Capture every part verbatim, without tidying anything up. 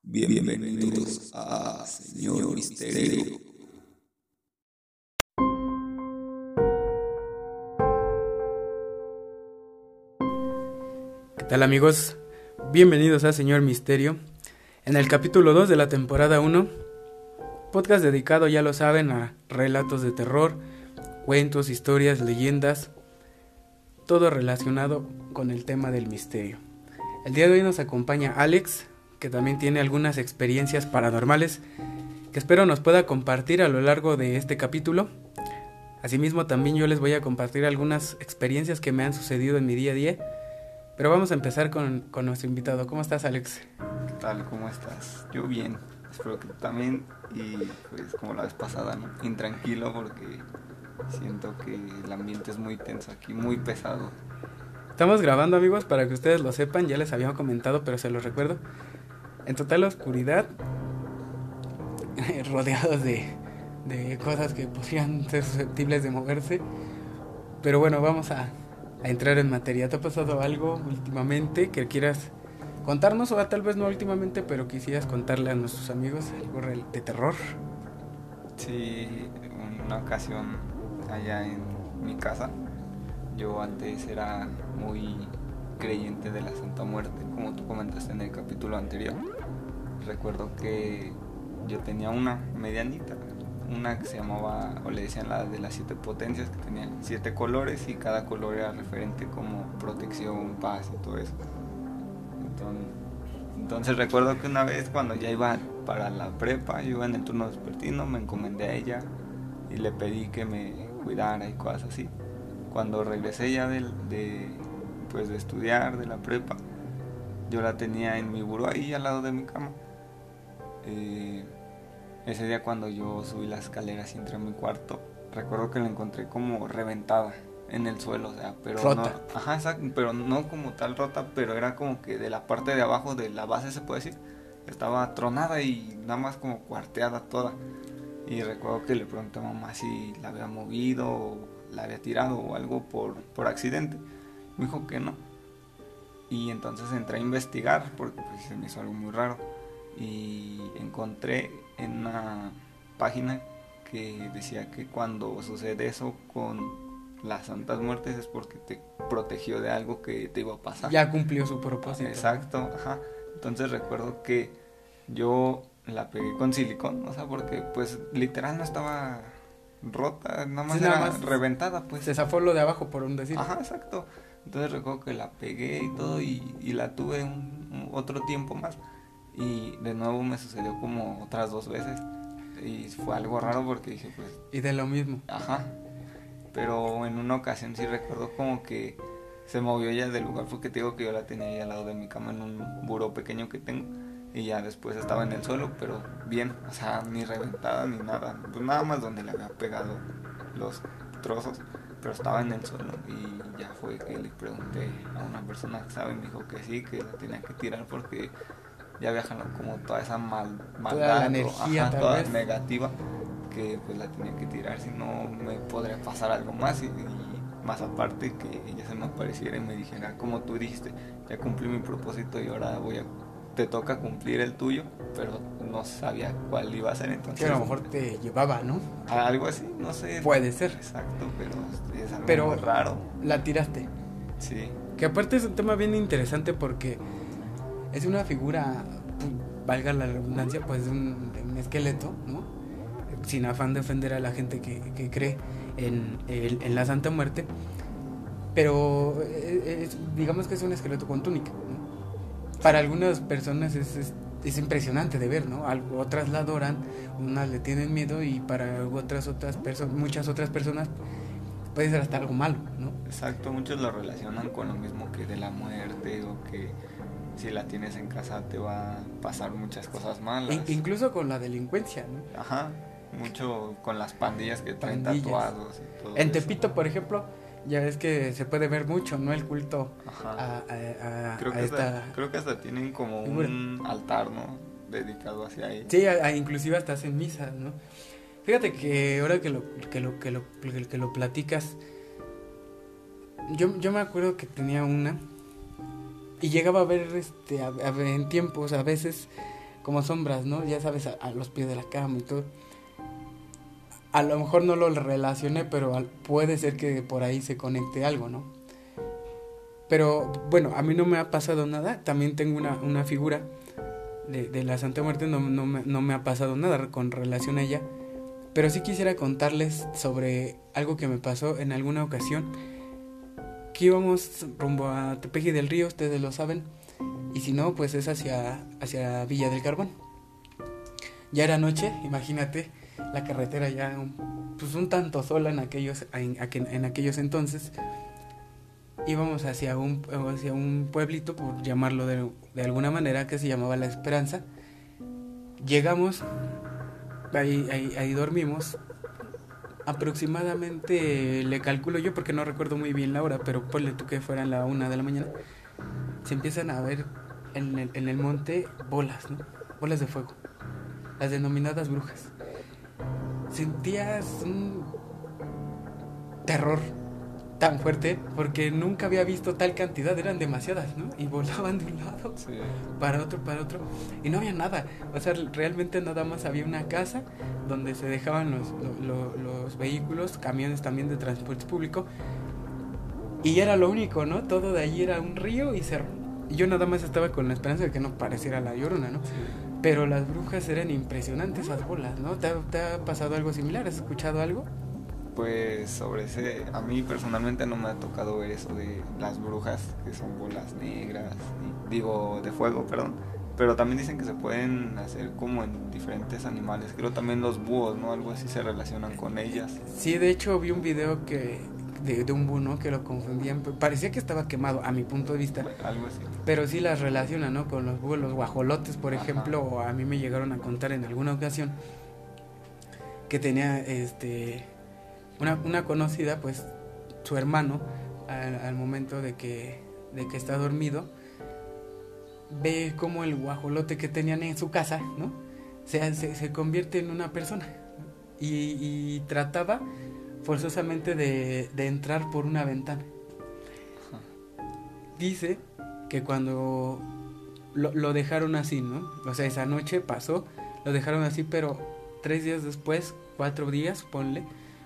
Bienvenidos a Señor Misterio. ¿Qué tal, amigos? Bienvenidos a Señor Misterio. En el capítulo dos de la temporada uno, podcast dedicado, ya lo saben, a relatos de terror, cuentos, historias, leyendas, todo relacionado con el tema del misterio. El día de hoy nos acompaña Alex, que también tiene algunas experiencias paranormales que espero nos pueda compartir a lo largo de este capítulo. Asimismo, también yo les voy a compartir algunas experiencias que me han sucedido en mi día a día. Pero vamos a empezar con, con nuestro invitado. ¿Cómo estás, Alex? ¿Qué tal? ¿Cómo estás? Yo bien, espero que tú también. Y pues como la vez pasada, ¿no? Intranquilo porque siento que el ambiente es muy tenso aquí, muy pesado. Estamos grabando, amigos, para que ustedes lo sepan. Ya les había comentado, pero se los recuerdo. En total oscuridad, rodeados de, de cosas que podrían ser susceptibles de moverse. Pero bueno, vamos a, a entrar en materia. ¿Te ha pasado algo últimamente que quieras contarnos? O tal vez no últimamente, pero quisieras contarle a nuestros amigos algo de terror. Sí, una ocasión allá en mi casa, yo antes era muy creyente de la Santa Muerte, como tú comentaste en el capítulo anterior. Recuerdo que yo tenía una medianita, una que se llamaba, o le decían la de las siete potencias, que tenía siete colores y cada color era referente como protección, paz y todo eso. Entonces, entonces recuerdo que una vez cuando ya iba para la prepa, yo iba en el turno vespertino, me encomendé a ella y le pedí que me cuidara y cosas así. Cuando regresé ya de, de, pues de estudiar, de la prepa, yo la tenía en mi buró ahí al lado de mi cama. Eh, ese día cuando yo subí las escaleras y entré a mi cuarto, recuerdo que la encontré como reventada en el suelo, o sea, pero rota. no, ajá, exacto, pero no como tal rota, pero era como que de la parte de abajo de la base, se puede decir, estaba tronada y nada más como cuarteada toda. Y recuerdo que le pregunté a mamá si la había movido o la había tirado o algo por, por accidente. Me dijo que no. Y entonces entré a investigar porque pues, se me hizo algo muy raro. Y encontré en una página que decía que cuando sucede eso con las santas muertes es porque te protegió de algo que te iba a pasar. Ya cumplió su propósito. Exacto, ajá. Entonces recuerdo que yo la pegué con silicón, o sea, porque pues literal no estaba rota, nada más sí, era nada más reventada, pues. Se zafó lo de abajo, por un decir. Ajá, exacto. Entonces recuerdo que la pegué y todo y, y la tuve un, un, otro tiempo más. Y de nuevo me sucedió como otras dos veces. Y fue algo raro porque dije, pues... Y de lo mismo. Ajá. Pero en una ocasión sí recuerdo como que se movió ella del lugar, porque te digo que yo la tenía ahí al lado de mi cama en un buró pequeño que tengo. Y ya después estaba en el suelo, pero bien, o sea, ni reventada ni nada. Pues nada más donde le había pegado los trozos, pero estaba en el suelo. Y ya fue que le pregunté a una persona que sabe, me dijo que sí, que la tenía que tirar porque ya había jalado como toda esa mal, maldad, toda la energía, ajá, tal toda vez negativa, que pues la tenía que tirar, si no me podría pasar algo más. Y, y más aparte que ella se me apareciera y me dijera, como tú dijiste, ya cumplí mi propósito y ahora voy a te toca cumplir el tuyo, pero no sabía cuál iba a ser, entonces... Que a lo mejor te llevaba, ¿no? Algo así, no sé. Puede ser. Exacto, pero es algo pero muy raro. La tiraste. Sí. Que aparte es un tema bien interesante porque es una figura, valga la redundancia, pues de un, de un esqueleto, ¿no? Sin afán de ofender a la gente que, que cree en, en, en la Santa Muerte, pero es, digamos que es un esqueleto con túnica, ¿no? Para algunas personas es, es, es impresionante de ver, ¿no? Otras la adoran, unas le tienen miedo y para otras otras personas, muchas otras personas puede ser hasta algo malo, ¿no? Exacto, muchos lo relacionan con lo mismo que de la muerte o que si la tienes en casa te va a pasar muchas cosas malas. E incluso con la delincuencia, ¿no? Ajá, mucho con las pandillas que traen pandillas. Tatuados y todo en eso. Tepito, por ejemplo, ya ves que se puede ver mucho, ¿no? El culto Ajá. a, a, a, creo que a esta... Hasta, creo que hasta tienen como figura. Un altar, ¿no? Dedicado hacia ahí. Sí, a, a, inclusive hasta hacen misas, ¿no? Fíjate que ahora que lo, que lo, que lo, que lo platicas, yo, yo me acuerdo que tenía una y llegaba a ver este a, a, en tiempos, a veces como sombras, ¿no? Ya sabes, a, a los pies de la cama y todo. A lo mejor no lo relacioné, pero al, puede ser que por ahí se conecte algo, ¿no? Pero bueno, a mí no me ha pasado nada. También tengo una, una figura de, de la Santa Muerte, no, no, me, no me ha pasado nada con relación a ella. Pero sí quisiera contarles sobre algo que me pasó en alguna ocasión. Que íbamos rumbo a Tepeji del Río, ustedes lo saben. Y si no, pues es hacia, hacia Villa del Carbón. Ya era noche, imagínate, la carretera ya un, pues un tanto sola en aquellos, en, en aquellos entonces. Íbamos hacia un, hacia un pueblito, por llamarlo de, de alguna manera, que se llamaba La Esperanza. Llegamos, ahí, ahí, ahí dormimos. Aproximadamente, le calculo yo porque no recuerdo muy bien la hora, pero ponle tú que fueran la una de la mañana. Se empiezan a ver en el, en el monte bolas, ¿no? Bolas de fuego, las denominadas brujas. Sentías un terror tan fuerte porque nunca había visto tal cantidad, eran demasiadas, ¿no? Y volaban de un lado sí. para otro, para otro, y no había nada, o sea, realmente nada más había una casa donde se dejaban los, los, los vehículos, camiones también de transporte público, y era lo único, ¿no? Todo de allí era un río y cerro. Y yo nada más estaba con la esperanza de que no pareciera La Llorona, ¿no? Sí. Pero las brujas eran impresionantes, esas bolas, ¿no? ¿Te, te ha pasado algo similar? ¿Has escuchado algo? Pues sobre ese, a mí personalmente no me ha tocado ver eso de las brujas, que son bolas negras, y, digo, de fuego, perdón. Pero también dicen que se pueden hacer como en diferentes animales. Creo también los búhos, ¿no? Algo así se relacionan con ellas. Sí, de hecho vi un video que de, de un búho, ¿no? Que lo confundían. Parecía que estaba quemado, a mi punto de vista. Algo así. Pero sí las relacionan, ¿no? Con los búhos, los guajolotes, por Ajá. ejemplo. O a mí me llegaron a contar en alguna ocasión que tenía, este... Una, una conocida, pues, su hermano, al, al momento de que, de que está dormido, ve como el guajolote que tenían en su casa, ¿no? Se, se, se convierte en una persona. Y, y trataba forzosamente de, de entrar por una ventana. Dice que cuando lo, lo dejaron así, ¿no? O sea, esa noche pasó, lo dejaron así, pero tres días después, cuatro días, ponle,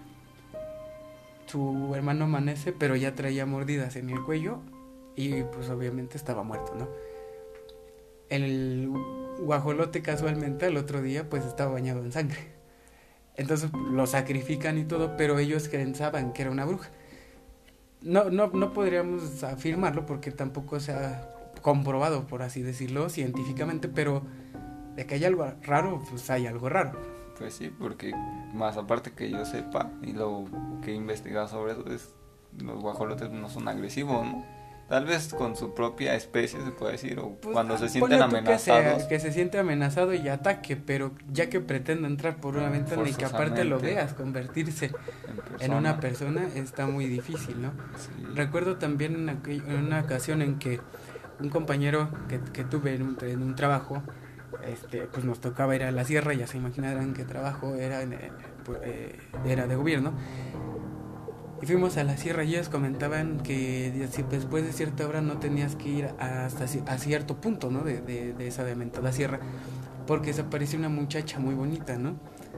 su hermano amanece, pero ya traía mordidas en el cuello y pues obviamente estaba muerto, ¿no? El guajolote casualmente al otro día pues estaba bañado en sangre. Entonces lo sacrifican y todo, pero ellos pensaban que era una bruja. No, no, no podríamos afirmarlo porque tampoco se ha comprobado, por así decirlo, científicamente, pero de que hay algo raro, pues hay algo raro. Pues sí, porque más aparte que yo sepa y lo que he investigado sobre eso es los guajolotes no son agresivos, ¿no? Tal vez con su propia especie se puede decir, o pues, cuando se sienten amenazados. Que se, que se siente amenazado y ataque, pero ya que pretende entrar por una ventana y que aparte lo veas convertirse en, en una persona, está muy difícil, ¿no? Sí. Recuerdo también en, aquel, en una ocasión en que un compañero que, que tuve en un, en un trabajo, este, pues nos tocaba ir a la sierra, ya se imaginarán qué trabajo era, en, en, eh, era de gobierno. Y fuimos a la sierra y ellos comentaban que después de cierta hora no tenías que ir hasta a cierto punto, ¿no? De, de, de esa dementada sierra, porque se apareció una muchacha muy bonita, ¿no?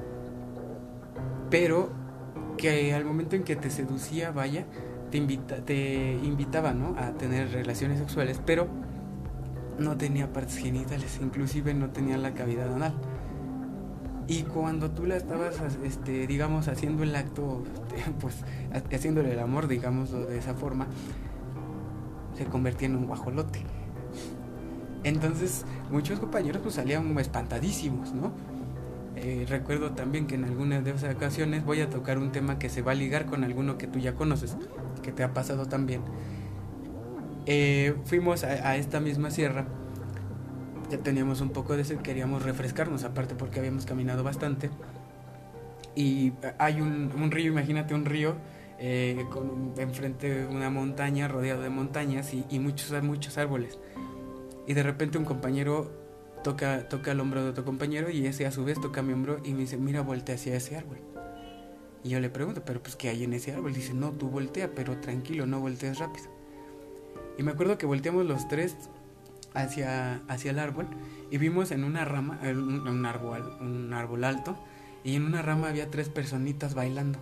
Pero que al momento en que te seducía, vaya, te, invita, te invitaba, ¿no? A tener relaciones sexuales, pero no tenía partes genitales, inclusive no tenía la cavidad anal. Y cuando tú la estabas, este, digamos, haciendo el acto, pues, haciéndole el amor, digámoslo de esa forma, se convertía en un guajolote. Entonces, muchos compañeros pues salían espantadísimos, ¿no? Eh, recuerdo también que en algunas de esas ocasiones voy a tocar un tema que se va a ligar con alguno que tú ya conoces, que te ha pasado también. Eh, fuimos a, a esta misma sierra. Ya teníamos un poco de sed, queríamos refrescarnos, aparte porque habíamos caminado bastante. Y hay un, un río, imagínate un río eh, con enfrente una montaña, rodeado de montañas y, y muchos, muchos árboles. Y de repente un compañero toca, toca el hombro de otro compañero y ese a su vez toca mi hombro y me dice, mira, voltea hacia ese árbol. Y yo le pregunto, pero pues ¿qué hay en ese árbol? Y dice, no, tú voltea, pero tranquilo, no voltees rápido. Y me acuerdo que volteamos los tres hacia, hacia el árbol y vimos en una rama, un, un árbol, un árbol alto, y en una rama había tres personitas bailando.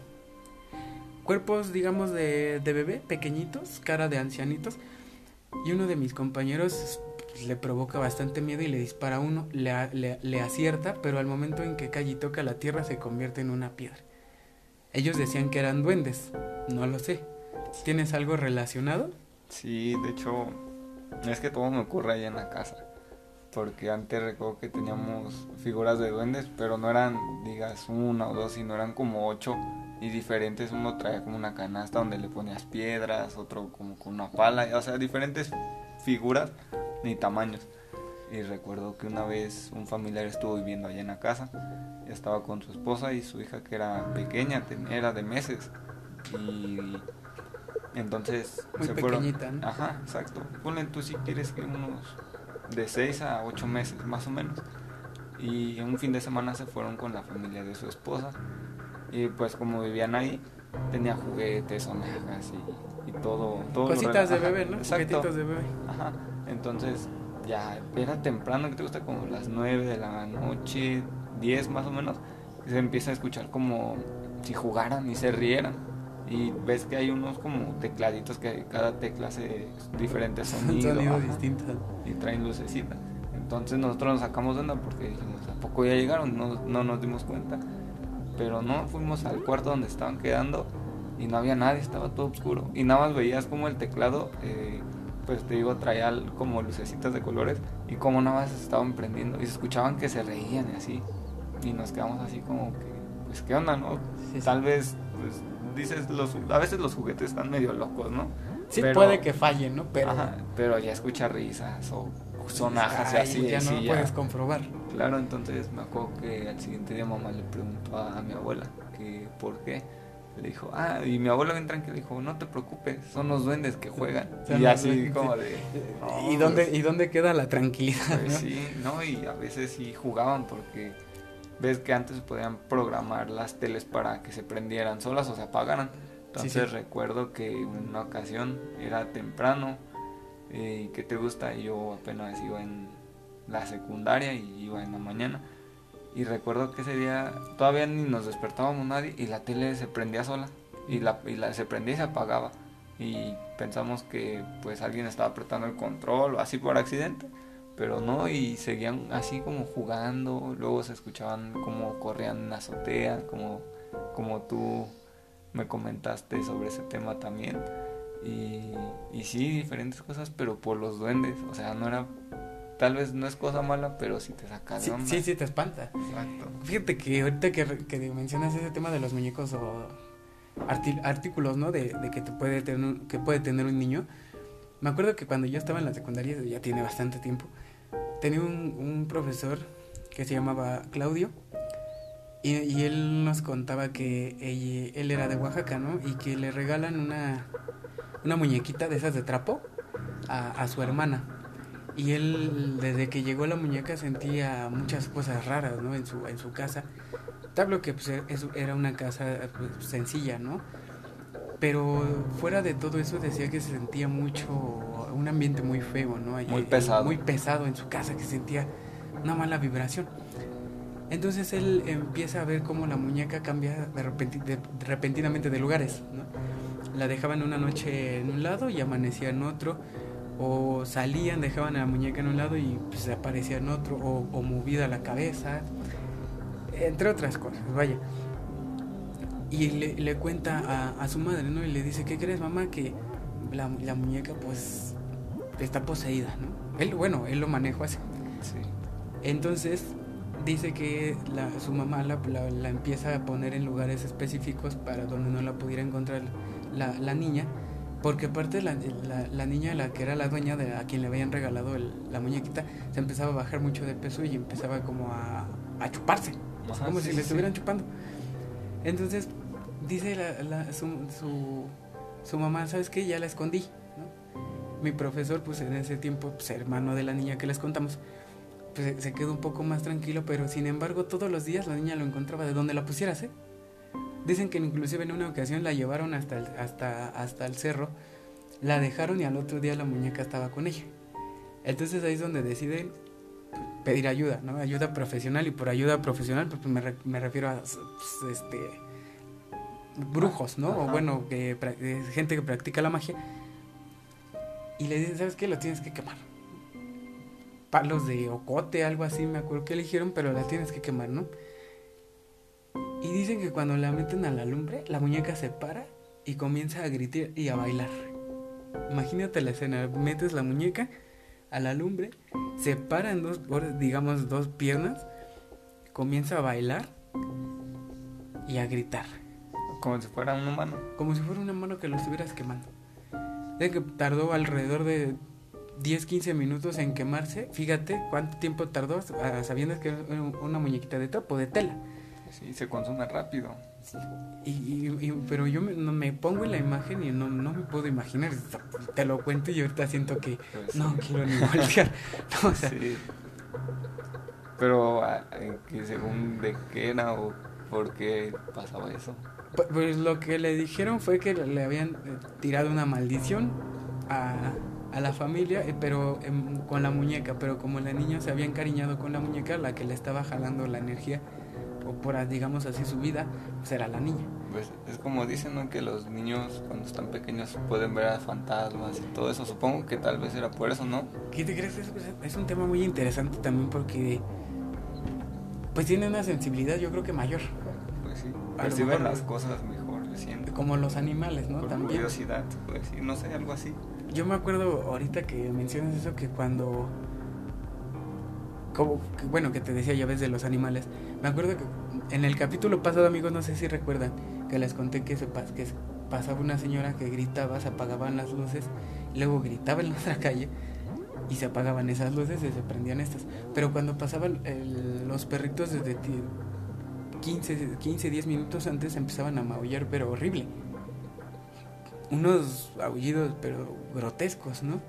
Cuerpos, digamos, de, de bebé, pequeñitos, cara de ancianitos, y uno de mis compañeros pues, le provoca bastante miedo y le dispara a uno, le, le, le acierta, pero al momento en que cae y toca la tierra se convierte en una piedra. Ellos decían que eran duendes, no lo sé. ¿Tienes algo relacionado? Sí, de hecho, es que todo me ocurre allá en la casa. Porque antes recuerdo que teníamos figuras de duendes, pero no eran, digas, una o dos, sino eran como ocho y diferentes. Uno traía como una canasta donde le ponías piedras, otro como con una pala, o sea, diferentes figuras ni tamaños. Y recuerdo que una vez un familiar estuvo viviendo allá en la casa, estaba con su esposa y su hija que era pequeña, tenía, era de meses. Y entonces Muy se pequeñita, fueron. ¿no? Ajá, exacto. Ponle tú si quieres que unos de seis a ocho meses más o menos. Y un fin de semana se fueron con la familia de su esposa. Y pues como vivían ahí, tenía juguetes, sonajas y, y todo, todo. Cositas de Ajá, bebé, ¿no? exacto. Juguetitos de bebé. Ajá. Entonces ya era temprano, que te gusta como las nueve de la noche, diez más o menos. Y se empieza a escuchar como si jugaran y se rieran. Y ves que hay unos como tecladitos que cada tecla hace diferentes sonidos. Sonidos ajá, distintos. y traen lucecita. Entonces nosotros nos sacamos de onda porque dijimos, ¿a poco ya llegaron? No, no nos dimos cuenta. Pero no, fuimos al cuarto donde estaban quedando y no había nadie, estaba todo oscuro. Y nada más veías como el teclado, eh, pues te digo, traía como lucecitas de colores y como nada más estaban prendiendo y se escuchaban que se reían y así. Y nos quedamos así como que, pues qué onda, ¿no? Sí, sí. Tal vez, pues dices, los, a veces los juguetes están medio locos, ¿no? Sí, Pero- puede que fallen, ¿no? Pero Ajá, pero ya escucha risas o sonajas y ay, así. ya no sí, lo puedes comprobar. Claro, entonces me acuerdo que al siguiente día mamá le preguntó a, a mi abuela que por qué. Le dijo, ah, y mi abuela bien tranquila dijo, no te preocupes, son los duendes que juegan. Son Y los así duendes, como sí. de... ¿Y, no, dónde, pues, ¿Y dónde queda la tranquilidad? pues ¿no? sí, no, y a veces sí jugaban porque ves que antes podían programar las teles para que se prendieran solas o se apagaran. Entonces Sí, sí. recuerdo que en una ocasión era temprano, eh, ¿qué te gusta? Yo apenas iba en la secundaria y iba en la mañana. Y recuerdo que ese día todavía ni nos despertábamos nadie y la tele se prendía sola. Y la, y la se prendía y se apagaba. Y pensamos que pues alguien estaba apretando el control o así por accidente. Pero no, y seguían así como jugando. Luego se escuchaban como corrían en la azotea, como, como tú me comentaste sobre ese tema también. Y, y sí, diferentes cosas, pero por los duendes. O sea, no era... Tal vez no es cosa mala, pero sí te saca de Sí, onda. sí, sí, te espanta. Exacto. Fíjate que ahorita que, que mencionas ese tema de los muñecos o arti- artículos, ¿no? De, de que te puede tener un, que puede tener un niño. Me acuerdo que cuando yo estaba en la secundaria, ya tiene bastante tiempo, tenía un, un profesor que se llamaba Claudio y, y él nos contaba que él, él era de Oaxaca, ¿no? Y que le regalan una, una muñequita de esas de trapo a, a su hermana. Y él, desde que llegó la muñeca, sentía muchas cosas raras, ¿no? En su, en su casa. Te hablo que pues, es- era una casa pues, sencilla, ¿no? Pero fuera de todo eso decía que se sentía mucho, un ambiente muy feo, ¿no? Allí, Muy eh, pesado. Muy pesado en su casa, que sentía una mala vibración. Entonces él empieza a ver cómo la muñeca cambia de, repenti- de- de repentinamente de lugares, ¿no? La dejaban una noche en un lado y amanecía en otro, o salían, dejaban a la muñeca en un lado y pues aparecía en otro, o, o movida la cabeza, entre otras cosas, vaya. Y le, le cuenta a, a su madre, ¿no? Y le dice, ¿qué crees, mamá? Que la, la muñeca pues está poseída, ¿no? Él, bueno, él lo manejó así. Sí. Entonces dice que la, su mamá la, la, la empieza a poner en lugares específicos para donde no la pudiera encontrar la, la niña, porque aparte la, la, la niña, la que era la dueña de a quien le habían regalado el, la muñequita, se empezaba a bajar mucho de peso y empezaba como a, a chuparse, Ajá, como sí, si sí, le sí. estuvieran chupando. Entonces dice la, la, su, su, su mamá, ¿sabes qué? Ya la escondí, ¿no? Mi profesor, pues en ese tiempo, pues hermano de la niña que les contamos, pues se quedó un poco más tranquilo, pero sin embargo todos los días la niña lo encontraba de donde la pusieras, ¿eh? Dicen que inclusive en una ocasión la llevaron hasta el, hasta, hasta el cerro, la dejaron y al otro día la muñeca estaba con ella. Entonces ahí es donde deciden pedir ayuda, ¿no? Ayuda profesional, y por ayuda profesional pues me, re, me refiero a pues, este brujos, ¿no? Ajá. O bueno, que gente que practica la magia. Y le dicen, ¿sabes qué? Lo tienes que quemar. Palos de ocote, algo así, me acuerdo que eligieron, pero la tienes que quemar, ¿no? Y dicen que cuando la meten a la lumbre, la muñeca se para y comienza a gritar y a bailar. Imagínate la escena, metes la muñeca a la lumbre, se para en dos, digamos, dos piernas, comienza a bailar y a gritar. Como si fuera un humano. Como si fuera un humano que lo estuvieras quemando. De que tardó alrededor de diez, quince minutos en quemarse. Fíjate cuánto tiempo tardó, sabiendo que era una muñequita de trapo, de tela. Sí, se consume rápido. Y, y, y, pero yo me, no, me pongo en la imagen y no, no me puedo imaginar. Te lo cuento y ahorita siento que pues no sí. quiero ni voltear. No, o sea, sí. Pero que según de qué era o por qué pasaba eso. Pues, pues lo que le dijeron fue que le habían tirado una maldición a, a la familia, pero en, con la muñeca. Pero como la niña se había encariñado con la muñeca, la que le estaba jalando la energía, o por digamos así su vida, pues era la niña. Pues es como dicen, ¿no? Que los niños cuando están pequeños pueden ver a fantasmas y todo eso. Supongo que tal vez era por eso, ¿no? ¿Qué te crees? Es, es un tema muy interesante también porque pues tiene una sensibilidad, yo creo que mayor. Pues sí, perciben las cosas mejor, siento. Como los animales, ¿no? Por también. Curiosidad, pues sí, no sé, algo así. Yo me acuerdo ahorita que mencionas eso, que cuando como que, bueno, que te decía ya ves de los animales. Me acuerdo que en el capítulo pasado, amigos, no sé si recuerdan, que les conté que, se, que pasaba una señora que gritaba, se apagaban las luces, luego gritaba en la otra calle y se apagaban esas luces y se prendían estas. Pero cuando pasaban el, los perritos desde quince, diez minutos antes empezaban a maullar, pero horrible. Unos aullidos, pero grotescos, ¿no?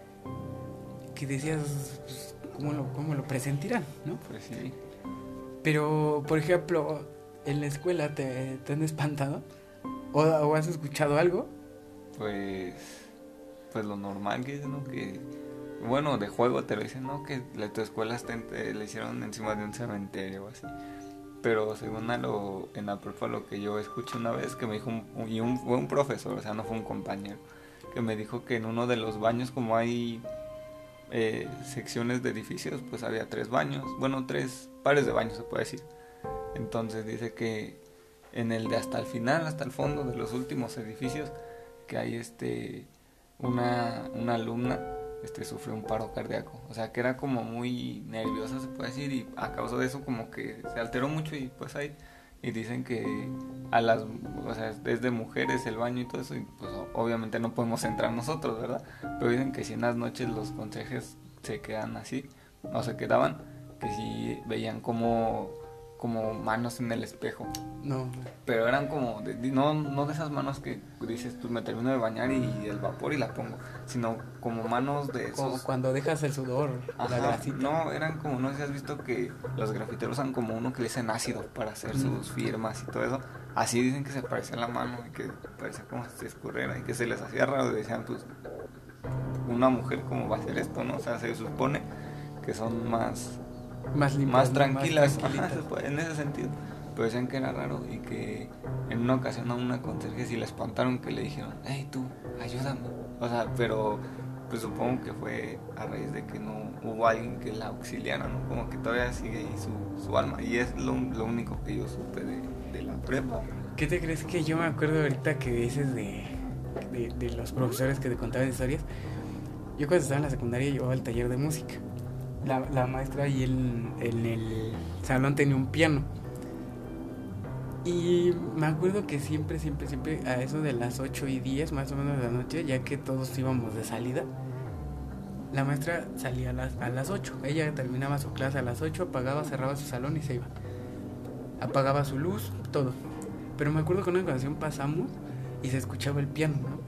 Que decías, pues, ¿cómo lo, cómo lo presentirán, no? Pues sí. Pero, por ejemplo, en la escuela te, te han espantado o, o has escuchado algo. Pues, pues lo normal que es, ¿no? Que, bueno, de juego te lo dicen, ¿no? Que la, tu escuela te, te, le hicieron encima de un cementerio o así. Pero según a lo, en la prepa lo que yo escuché una vez, que me dijo, un, y un, fue un profesor, o sea, no fue un compañero, que me dijo que en uno de los baños, como hay eh, secciones de edificios, pues había tres baños, bueno, tres pares de baños se puede decir. Entonces dice que en el de hasta el final, hasta el fondo de los últimos edificios, que hay este una, una alumna este sufrió un paro cardíaco, o sea que era como muy nerviosa se puede decir, y a causa de eso como que se alteró mucho y pues ahí, y dicen que a las, o sea, es de mujeres el baño y todo eso, y pues obviamente no podemos entrar nosotros, ¿verdad? Pero dicen que si en las noches los conserjes se quedan así, o se quedaban, que si veían como como manos en el espejo. No. Pero eran como, de, no, no de esas manos que dices, pues me termino de bañar y el vapor y la pongo, sino como manos de esos. Como cuando dejas el sudor, ajá, la grasita. No, eran como, no sé si has visto que los grafiteros usan como uno que le dicen ácido para hacer mm. sus firmas y todo eso. Así dicen que se parecía la mano y que parecía como si se escurriera y que se les hacía raro. Y decían, pues, una mujer, ¿cómo va a hacer esto, no? O sea, se supone que son más... Más, limpas, más tranquilas, más ajá, en ese sentido. Pero decían que era raro y que en una ocasión a una conserje sí la espantaron, que le dijeron, hey tú, ayúdame. O sea, pero pues supongo que fue a raíz de que no hubo alguien que la auxiliara, ¿no? Como que todavía sigue ahí su, su alma. Y es lo, lo único que yo supe de, de la prepa. ¿Qué te crees que yo me acuerdo ahorita que dices de, de, de los profesores que te contaban historias? Yo cuando estaba en la secundaria llevaba el taller de música. La, la maestra ahí en, en el salón tenía un piano. Y me acuerdo que siempre, siempre, siempre a eso de las ocho y diez más o menos de la noche, ya que todos íbamos de salida, la maestra salía a las, a las ocho. Ella terminaba su clase a las ocho, apagaba, cerraba su salón y se iba. Apagaba su luz, todo. Pero me acuerdo que una ocasión pasamos y se escuchaba el piano, ¿no?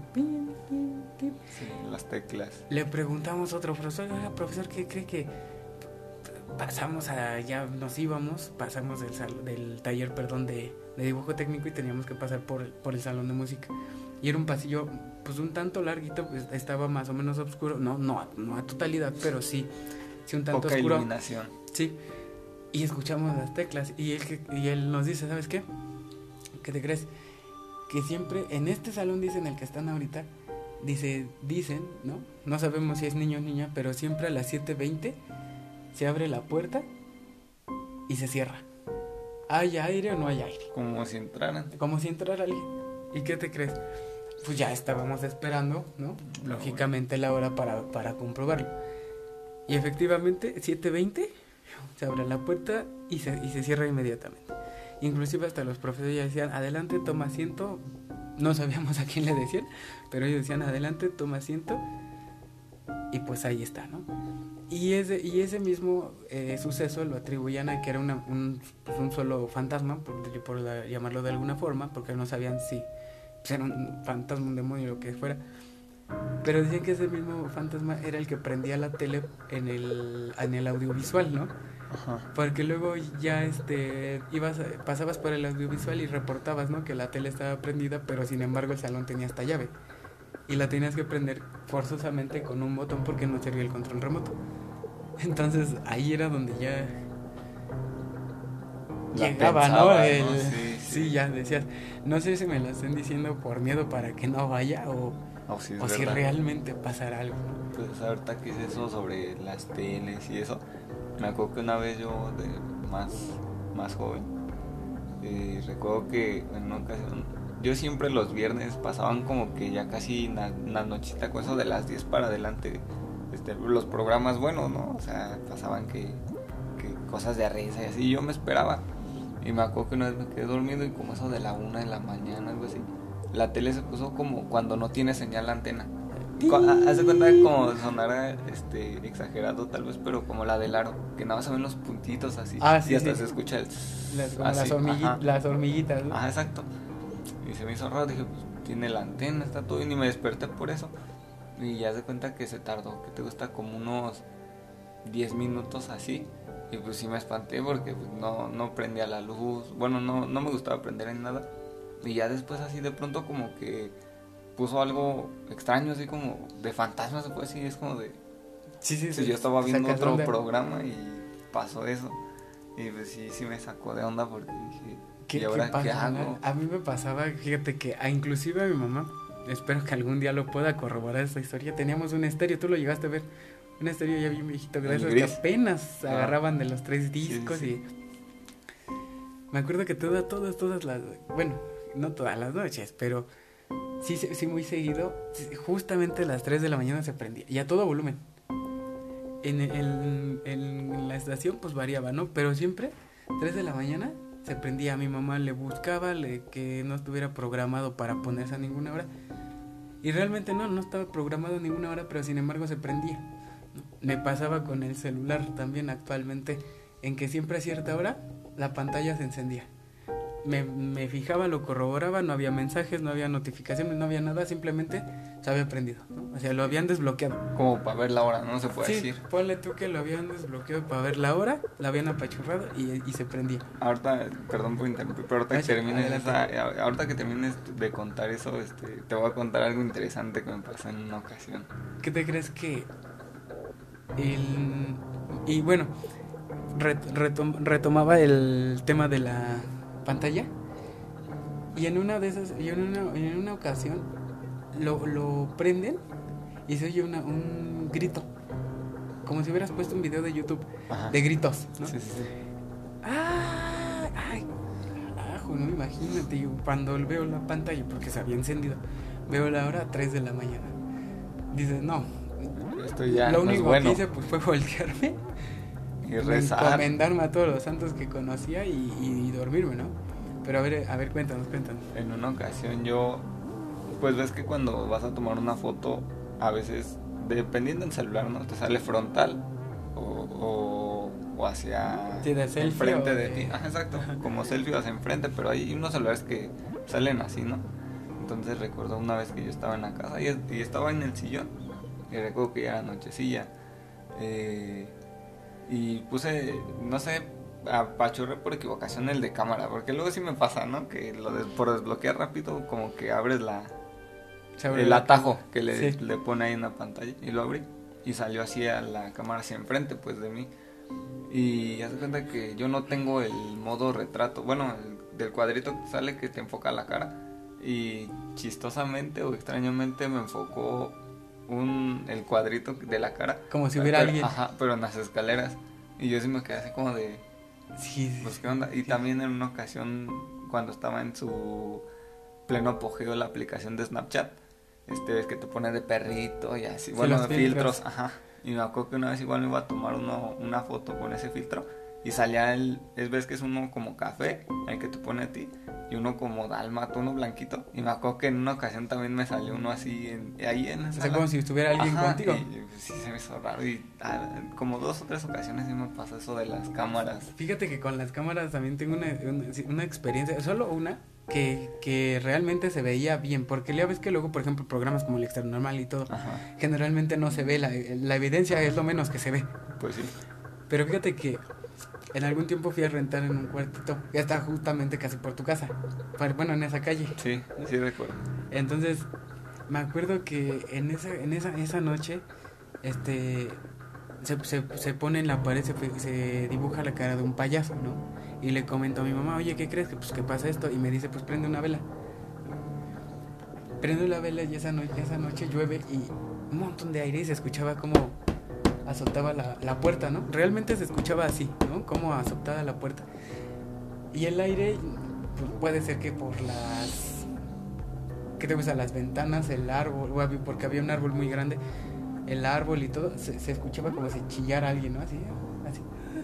Sí, las teclas. Le preguntamos a otro profesor, oiga, profesor, ¿qué cree que pasamos a, ya nos íbamos, pasamos del, sal, del taller, perdón, de, de dibujo técnico y teníamos que pasar por, por el salón de música? y era un pasillo pues un tanto larguito, pues estaba más o menos oscuro, no, no, no a totalidad, pero sí, sí un tanto Poca oscuro. iluminación. Sí, y escuchamos las teclas y él, y él nos dice, ¿sabes qué? ¿Qué te crees? Que siempre en este salón, dice, en el que están ahorita, dice, dicen, ¿no? No sabemos si es niño o niña, pero siempre a las siete veinte se abre la puerta y se cierra. ¿Hay aire o no hay aire? Como si entraran. Como si entrara alguien. ¿Y qué te crees? Pues ya estábamos esperando, ¿no? Lógicamente la hora para, para comprobarlo. Y efectivamente, siete veinte, se abre la puerta y se, y se cierra inmediatamente. Inclusive hasta los profesores ya decían, adelante, toma asiento. No sabíamos a quién le decían, pero ellos decían, adelante, toma asiento. Y pues ahí está, ¿no? Y ese, y ese mismo eh, suceso lo atribuían a que era una, un, pues un solo fantasma, por, por la, llamarlo de alguna forma, porque no sabían si pues era un fantasma, un demonio, lo que fuera. Pero decían que ese mismo fantasma era el que prendía la tele en el, en el audiovisual, ¿no? Ajá. Porque luego ya este ibas pasabas por el audiovisual y reportabas, ¿no? Que la tele estaba prendida, pero sin embargo el salón tenía esta llave. Y la tenías que prender forzosamente con un botón porque no servía el control remoto. Entonces ahí era donde ya La llegaba, pensaba, ¿no? El, ¿no? Sí, sí, sí. ya decías, no sé si me lo estén diciendo por miedo para que no vaya o, O si, es o si verdad. realmente pasará algo. Pues ahorita que es eso sobre las teles y eso, me acuerdo que una vez yo, de más, más joven, eh, recuerdo que en una ocasión, yo siempre los viernes pasaban como que ya casi una, una nochita con eso de las diez para adelante, este, los programas buenos, ¿no? O sea, pasaban que, que cosas de risa y así, yo me esperaba. Y me acuerdo que una vez me quedé dormido y como eso de la una de la mañana, algo así, la tele se puso como cuando no tiene señal la antena. Hace cuenta como sonara este, exagerado tal vez, pero como la del aro, que nada más se ven los puntitos así, Ah, sí, y hasta sí. se escucha el Las, como así, las, hormigui- ajá. las hormiguitas, ¿no? Ajá, exacto. Y se me hizo raro, dije, pues tiene la antena, está todo bien, y me desperté por eso. Y ya se cuenta que se tardó, que te gusta como unos diez minutos así. Y pues sí me espanté porque pues, no, no prendía la luz, bueno, no, no me gustaba prender en nada. Y ya después así de pronto como que puso algo extraño, así como de fantasma, se puede decir, es como de... Sí, sí, Sí, sí. yo estaba viendo Sacas otro onda. programa y pasó eso. Y pues sí, sí me sacó de onda porque dije, ¿Qué, ¿y ahora qué qué, pasa? hago? A mí me pasaba, fíjate que a, inclusive a mi mamá, espero que algún día lo pueda corroborar esta historia, teníamos un estéreo, tú lo llegaste a ver, un estéreo ya bien viejito, ¿El gracias, que gris? apenas Ah. agarraban de los tres Sí, discos sí. y... Me acuerdo que todas, todas, todas las... Bueno, no todas las noches, pero sí, sí, sí muy seguido, justamente a las tres de la mañana se prendía, y a todo volumen. En, en, en la estación pues variaba, ¿no? Pero siempre, tres de la mañana, se prendía. A mi mamá le buscaba le, que no estuviera programado para ponerse a ninguna hora. Y realmente no, no estaba programado a ninguna hora, pero sin embargo se prendía, ¿no? Me pasaba con el celular también actualmente, en que siempre a cierta hora la pantalla se encendía. Me, me fijaba, lo corroboraba, no había mensajes, no había notificaciones, no había nada, simplemente se había prendido, ¿no? O sea, lo habían desbloqueado. Como para ver la hora, no se puede Sí, decir. ponle tú que lo habían desbloqueado para ver la hora, la habían apachurrado y, y se prendía. Ahorita, perdón por interrumpir, pero ahorita que Ay, termines adelante. esa, ahorita que termines de contar eso, este, te voy a contar algo interesante que me pasó en una ocasión. ¿Qué te crees que el... Y bueno, ret- retom- retomaba el tema de la pantalla. Y en una de esas, y en una, en una ocasión lo, lo prenden y se oye una, un grito, como si hubieras puesto un video de YouTube Ajá. de gritos, ¿no? Sí, sí, sí. ¡Ah! ¡Ay! Carajo, no, imagínate, yo cuando veo la pantalla, porque se había encendido, veo la hora tres de la mañana. Dices, no, Esto ya lo no es único bueno. que hice pues fue voltearme, Y rezar. encomendarme a todos los santos que conocía y, y, y dormirme, ¿no? Pero a ver, a ver, cuéntanos, cuéntanos. En una ocasión yo, pues ves que cuando vas a tomar una foto, a veces, dependiendo del celular, ¿no? Te sale frontal o, o, o hacia Sí, de selfie enfrente o de de- ti. Ajá, exacto, como selfie o hacia enfrente, pero hay unos celulares que salen así, ¿no? Entonces recuerdo una vez que yo estaba en la casa y, y estaba en el sillón y recuerdo que ya era nochecilla eh, y puse, no sé, apachurré por equivocación el de cámara, porque luego sí me pasa, ¿no? Que lo de, por desbloquear rápido como que abres la, Sobre el la atajo cámara. que le, Sí. le pone ahí en la pantalla, y lo abrí y salió así a la cámara hacia enfrente pues de mí. Y haz de cuenta que yo no tengo el modo retrato, bueno, el, del cuadrito que sale que te enfoca la cara, y chistosamente o extrañamente me enfocó un el cuadrito de la cara, Como si hubiera pero, alguien. ajá, pero en las escaleras, y yo sí me quedé así como de Sí, sí, pues qué onda. Y sí. también en una ocasión cuando estaba en su pleno apogeo la aplicación de Snapchat, este ves que te pone de perrito y así, Sí, bueno, los de filtros, filtros. ajá. Y me acuerdo que una vez igual me iba a tomar uno, una foto con ese filtro y salía el, es ves que es uno como café, el que te pone a ti, y uno como dálmata, uno blanquito. Y me acuerdo que en una ocasión también me salió uno así en, ahí en la O sea, sala. como si estuviera alguien Ajá, contigo. y pues, sí se me hizo raro y ah, como dos o tres ocasiones sí me pasó eso de las cámaras. Fíjate que con las cámaras también tengo una, una, sí, una experiencia, solo una, que, que realmente se veía bien, porque ya ves que luego, por ejemplo, programas como el Extra Normal y todo, Ajá, generalmente no se ve, la, la evidencia es lo menos que se ve. pues sí. Pero fíjate que en algún tiempo fui a rentar en un cuartito, ya está justamente casi por tu casa, para- bueno, en esa calle. Sí, sí recuerdo. Entonces, me acuerdo que en esa, en esa, esa noche, este, se, se, se pone en la pared, se, fe- se dibuja la cara de un payaso, ¿no? Y le comento a mi mamá, oye, ¿qué crees? Que pues que pasa esto, y me dice, pues prende una vela. Prendo la vela y esa, no- esa noche llueve y un montón de aire y se escuchaba como azotaba la, la puerta, ¿no? Realmente se escuchaba así, ¿no? Como azotaba la puerta. Y el aire, pues puede ser que por las... ¿Qué te gusta? Las ventanas, el árbol, o había- porque había un árbol muy grande, el árbol y todo, se, se escuchaba como si chillara alguien, ¿no? Así, así.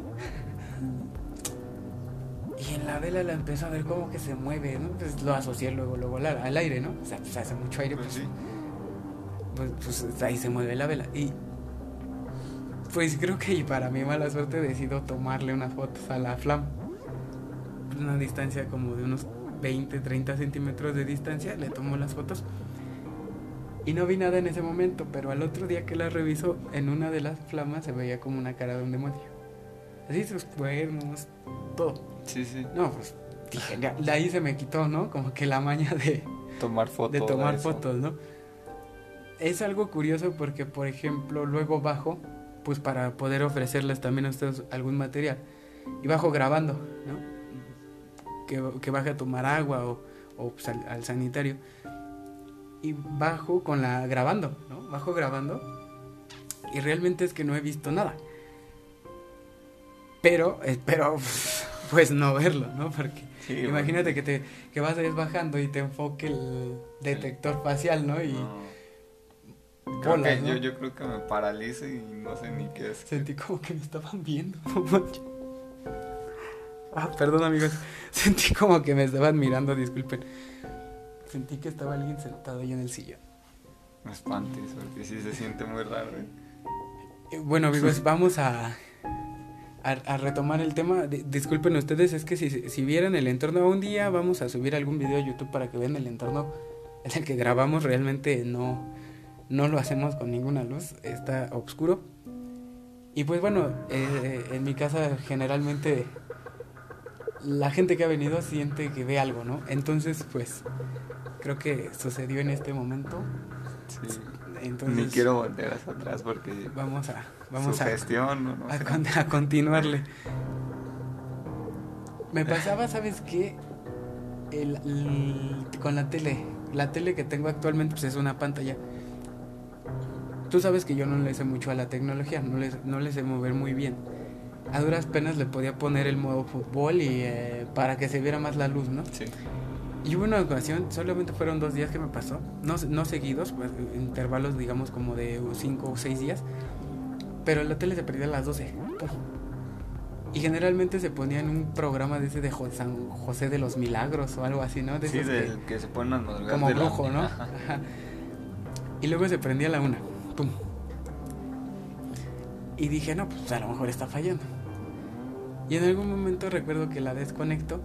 Y en la vela la empezó a ver como que se mueve, ¿no? Pues lo asocié luego, luego al, al aire, ¿no? O sea, pues hace mucho aire, Pues pues, sí. pues, pues ahí se mueve la vela. Y pues creo que para mi mala suerte decido tomarle unas fotos a la flama. Una distancia como de unos veinte, treinta centímetros de distancia, le tomo las fotos. Y no vi nada en ese momento, pero al otro día que las reviso, en una de las flamas se veía como una cara de un demonio. Así sus cuernos, todo. Sí, sí. No, pues dije, ya, de ahí se me quitó, ¿no? Como que la maña de, Tomar fotos. de tomar eso. fotos, ¿no? Es algo curioso porque, por ejemplo, luego bajo, pues para poder ofrecerles también a ustedes algún material, y bajo grabando, ¿no? Que, que baje a tomar agua o, o pues, al, al sanitario. Y bajo con la grabando, ¿no? Bajo grabando y realmente es que no he visto nada. Pero espero pues no verlo, ¿no? Porque Sí, imagínate bueno. que te que vas a ir bajando y te enfoque el detector facial, ¿no? Y No. Creo bolas, que ¿no? yo, yo creo que me paralice y no sé ni qué es. Sentí como que me estaban viendo. No manches. Ah, perdón, amigos. Sentí como que me estaban mirando, disculpen. Sentí que estaba alguien sentado ahí en el sillón. Me espantes, porque sí se siente muy raro. ¿eh? Eh, Bueno, amigos, vamos a, a, a retomar el tema. D- disculpen ustedes, es que si, si vieran el entorno un día, vamos a subir algún video a YouTube para que vean el entorno en el que grabamos. Realmente no, no lo hacemos con ninguna luz, está oscuro. Y pues bueno, eh, en mi casa generalmente la gente que ha venido siente que ve algo, ¿no? Entonces, pues creo que sucedió en este momento. Sí. Entonces, Ni quiero voltear hacia atrás porque vamos a vamos su a, gestión, no, no a, sé. con- a continuarle. Me pasaba, ¿sabes qué? El, el- con la tele. La tele que tengo actualmente pues es una pantalla. Tú sabes que yo no le sé mucho a la tecnología, no le, no le sé mover muy bien. A duras penas le podía poner el modo fútbol y eh, para que se viera más la luz, ¿no? Sí. Y hubo una ocasión, solamente fueron dos días que me pasó, no, no seguidos, pues, intervalos digamos como de cinco o seis días, pero la tele se perdía a las doce. ¡Pum! Y generalmente se ponía en un programa de ese de Jo- San José de los Milagros o algo así, ¿no? De Sí, esos del que- que se ponen las madrugadas como de la- brujo, ¿no? Ajá. Ajá. Y luego se prendía a la una. ¡Pum! Y dije, no, pues a lo mejor está fallando. Y en algún momento recuerdo que la desconecto.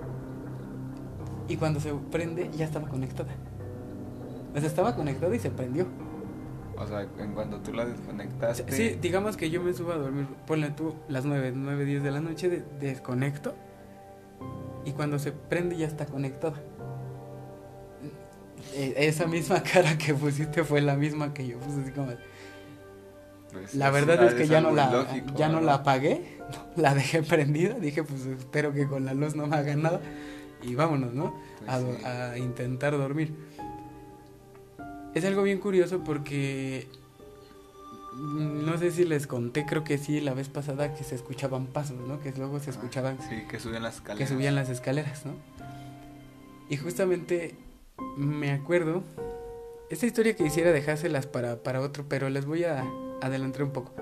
Y cuando se prende, ya estaba conectada. O sea, estaba conectada y se prendió. O sea, en cuanto tú la desconectaste. Sí, digamos que yo me subo a dormir, ponle tú las nueve, nueve, diez de la noche, de- desconecto. Y cuando se prende ya está conectada. eh, esa misma cara que pusiste fue la misma que yo puse, así como... Pues La es- verdad es que es ya no algo la ilógico, ya no ¿verdad? la apagué, la dejé prendida, dije pues espero que con la luz no me haga nada y vámonos, ¿no? Pues A, sí. a intentar dormir. Es algo bien curioso porque mm, no sé si les conté, creo que sí la vez pasada que se escuchaban pasos, ¿no? Que luego se Ah, escuchaban Sí, que subían las escaleras. que subían las escaleras, ¿no? Y justamente me acuerdo, esta historia que quisiera dejárselas para, para otro, pero les voy a adelantar un poco.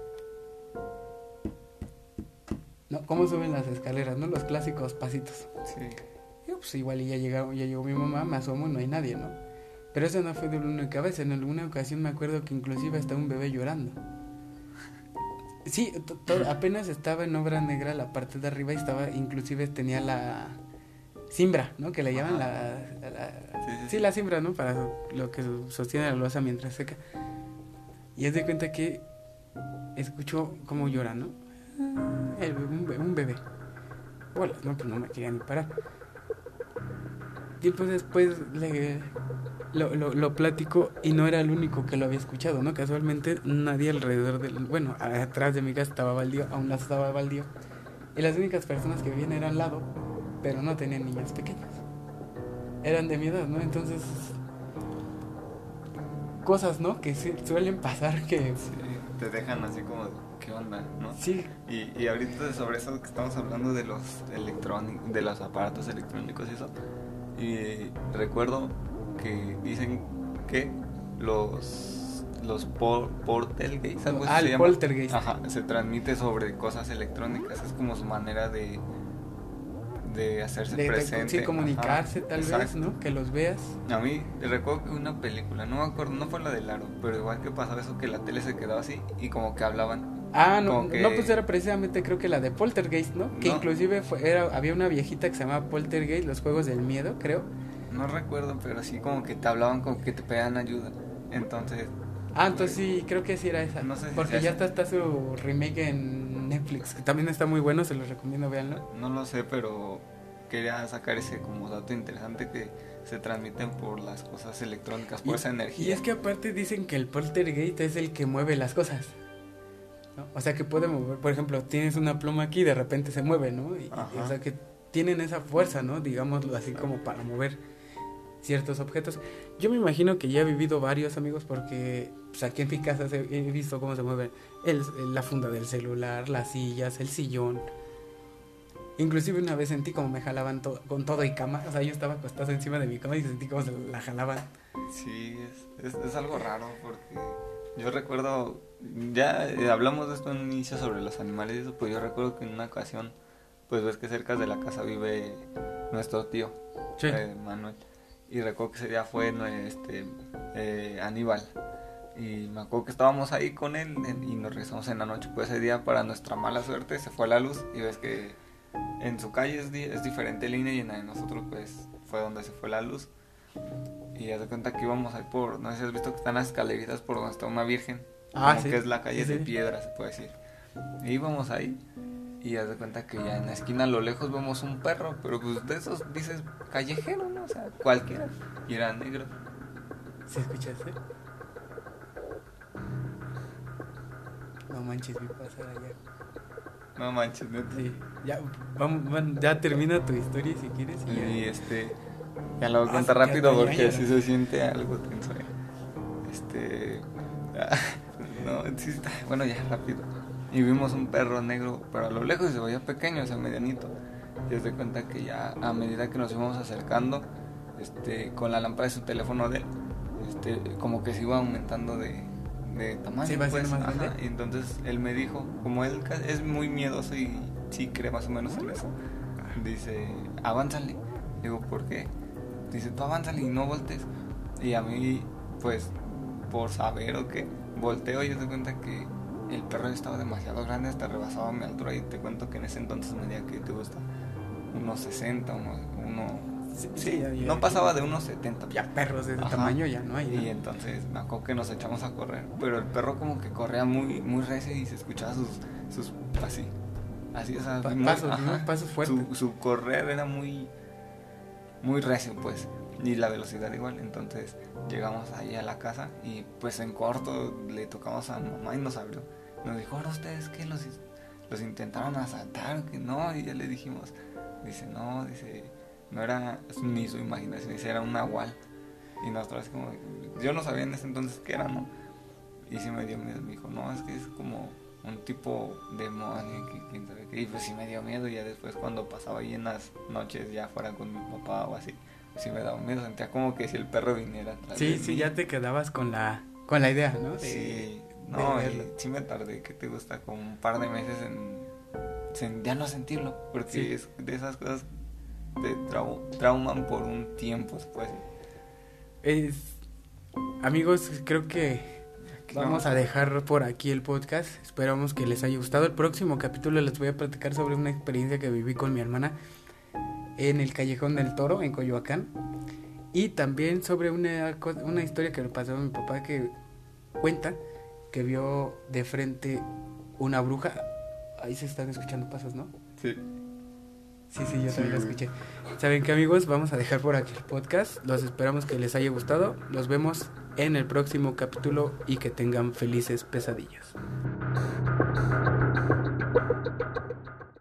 ¿No? ¿Cómo suben las escaleras, no? Los clásicos pasitos. Sí. Y pues igual y ya llegó, ya llegó mi mamá, me asomo y no hay nadie, ¿no? Pero eso no fue de una cabeza, en alguna ocasión me acuerdo que inclusive hasta un bebé llorando. Sí, to- to- apenas estaba en obra negra la parte de arriba y estaba, inclusive tenía la cimbra, ¿no? Que le llaman la, la- la- Sí, sí, sí, sí. la cimbra, ¿no? Para lo que sostiene la losa mientras seca. Y es de cuenta que escuchó cómo llora, ¿no? El bebé- un, bebé, un bebé. Bueno, no, pues no me quería ni parar. Tiempo después le, lo, lo, lo platico y no era el único que lo había escuchado, ¿no? Casualmente nadie alrededor del... Bueno, atrás de mi casa estaba baldío, a un lado estaba baldío. Y las únicas personas que vivían eran al lado, pero no tenían niños pequeños. Eran de mi edad, ¿no? Entonces... Cosas, ¿no? Que sí, suelen pasar que... Sí, te dejan así como, ¿qué onda, no? Sí, Y, y ahorita sobre eso que estamos hablando de los electrónicos, de los aparatos electrónicos y eso, y recuerdo que dicen que los los por, portalgates, algo así Ah, se el llama. poltergeist. Ajá, se transmite sobre cosas electrónicas, es como su manera de de hacerse de, de- presente. sí, comunicarse Ajá, tal vez, exacto. ¿no? Que los veas. A mí recuerdo que una película, no me acuerdo, no fue la del aro, pero igual que pasaba eso que la tele se quedaba así y como que hablaban. Ah, no, Como que- no, pues era precisamente creo que la de Poltergeist, ¿no? Que No. inclusive fue, era, había una viejita que se llamaba Poltergeist, los juegos del miedo, creo. No recuerdo, pero sí como que te hablaban, como que te pedían ayuda. Entonces, Ah, entonces sí, creo que sí era esa. No sé si Porque sea ya esa. está, está su remake en Netflix, que también está muy bueno, se los recomiendo, véanlo. no lo sé, pero quería sacar ese como dato interesante que se transmiten por las cosas electrónicas, por Y- esa energía. Y es que aparte dicen que el Poltergeist es el que mueve las cosas, ¿no? O sea que puede mover, por ejemplo, tienes una pluma aquí y de repente se mueve, ¿no? Y, Ajá. o sea que tienen esa fuerza, ¿no? Digámoslo así como para mover ciertos objetos. Yo me imagino que ya he vivido varios, amigos, porque pues, aquí en mi casa se- he visto cómo se mueve el, la funda del celular, las sillas, el sillón. Inclusive una vez sentí como me jalaban to- con todo y cama. O sea, yo estaba acostado encima de mi cama y sentí como se la jalaban. Sí, es, es, es algo raro porque yo recuerdo, ya eh, hablamos de esto en un inicio sobre los animales y eso, pues yo recuerdo que en una ocasión, pues ves que cerca de la casa vive nuestro tío, Sí. eh, Manuel, y recuerdo que ese día fue no, este eh, Aníbal, y me acuerdo que estábamos ahí con él en- y nos regresamos en la noche, pues ese día para nuestra mala suerte se fue la luz y ves que en su calle es, di- es diferente línea y en la de nosotros pues fue donde se fue la luz. Y haz de cuenta que íbamos ahí por, no sé si has visto que están las escaleritas por donde está una virgen, Ah, como sí. que es la calle Sí, de sí. piedra, se puede decir. Y íbamos ahí y haz de cuenta que ya en la esquina a lo lejos vemos un perro, pero pues de esos dices callejero, ¿no? O sea, cualquiera. Y era negro. ¿Se escucha ese? No manches, vi pasar allá. No manches, neta. Sí, ya, vamos, van- ya termina tu historia si quieres. Y ya. Y este, ya lo voy a Ah, contar sí, rápido hasta porque ya, así ya. se siente algo tenso. eh. Este, no, sí está, bueno, ya rápido. Y vimos un perro negro, pero a lo lejos se veía pequeño, o sea, medianito. Y se cuenta que ya a medida que nos íbamos acercando, este, con la lámpara de su teléfono de él, este, como que se iba aumentando de, de tamaño. Sí, va pues, siendo más ajá. grande. Y entonces él me dijo, como él ca- es muy miedoso y sí cree más o menos en eso, dice, avánzale. Digo, ¿por qué? Dice, tú avánzale y no voltees. Y a mí, pues, por saber o qué, volteo y yo te cuenta que el perro estaba demasiado grande, hasta rebasaba mi altura. Y te cuento que en ese entonces medía que te gusta unos sesenta, unos, uno, Sí, sí, ya, ya. no pasaba de unos setenta. Ya perros de ese Ajá. tamaño ya no hay, ¿no? Y entonces me acuerdo que nos echamos a correr, pero el perro como que corría muy, muy recio y se escuchaba sus, sus, así, así, o sea, Pa- muy- pasos, ajá. ¿no? Pasos fuertes. Su, su correr era muy, muy recio, pues, y la velocidad igual. Entonces llegamos ahí a la casa y pues en corto le tocamos a mamá y nos abrió. Nos dijo, ahora ustedes que los, los intentaron asaltar, que no, y ya le dijimos, dice, no, dice, no era ni su imaginación, dice, era un nahual. Y nosotros como, yo no sabía en ese entonces qué era, ¿no? Y sí me dio miedo, me dijo, no, es que es como un tipo demonio, que quién sabe qué. Y pues sí me dio miedo, y ya después cuando pasaba ahí en las noches ya fuera con mi papá o así, sí me daba miedo, sentía como que si el perro viniera atrás Sí, de sí, mí. ya te quedabas con la con la idea, ¿no? De, Sí, no, de y verlo. sí me tardé, que te gusta, como un par de meses en, en ya no sentirlo, porque Sí. es de esas cosas te trau- trauman por un tiempo, pues. Es, amigos, creo que vamos a dejar por aquí el podcast. Esperamos que les haya gustado. El próximo capítulo les voy a platicar sobre una experiencia que viví con mi hermana en el Callejón del Toro, en Coyoacán. Y también sobre una, co- una historia que le pasó a mi papá, que cuenta que vio de frente una bruja. Ahí se están escuchando pasos, ¿no? Sí. Sí, sí, yo Sí, también lo güey. escuché. ¿Saben qué, amigos? Vamos a dejar por aquí el podcast. Los esperamos que les haya gustado. Los vemos en el próximo capítulo y que tengan felices pesadillas.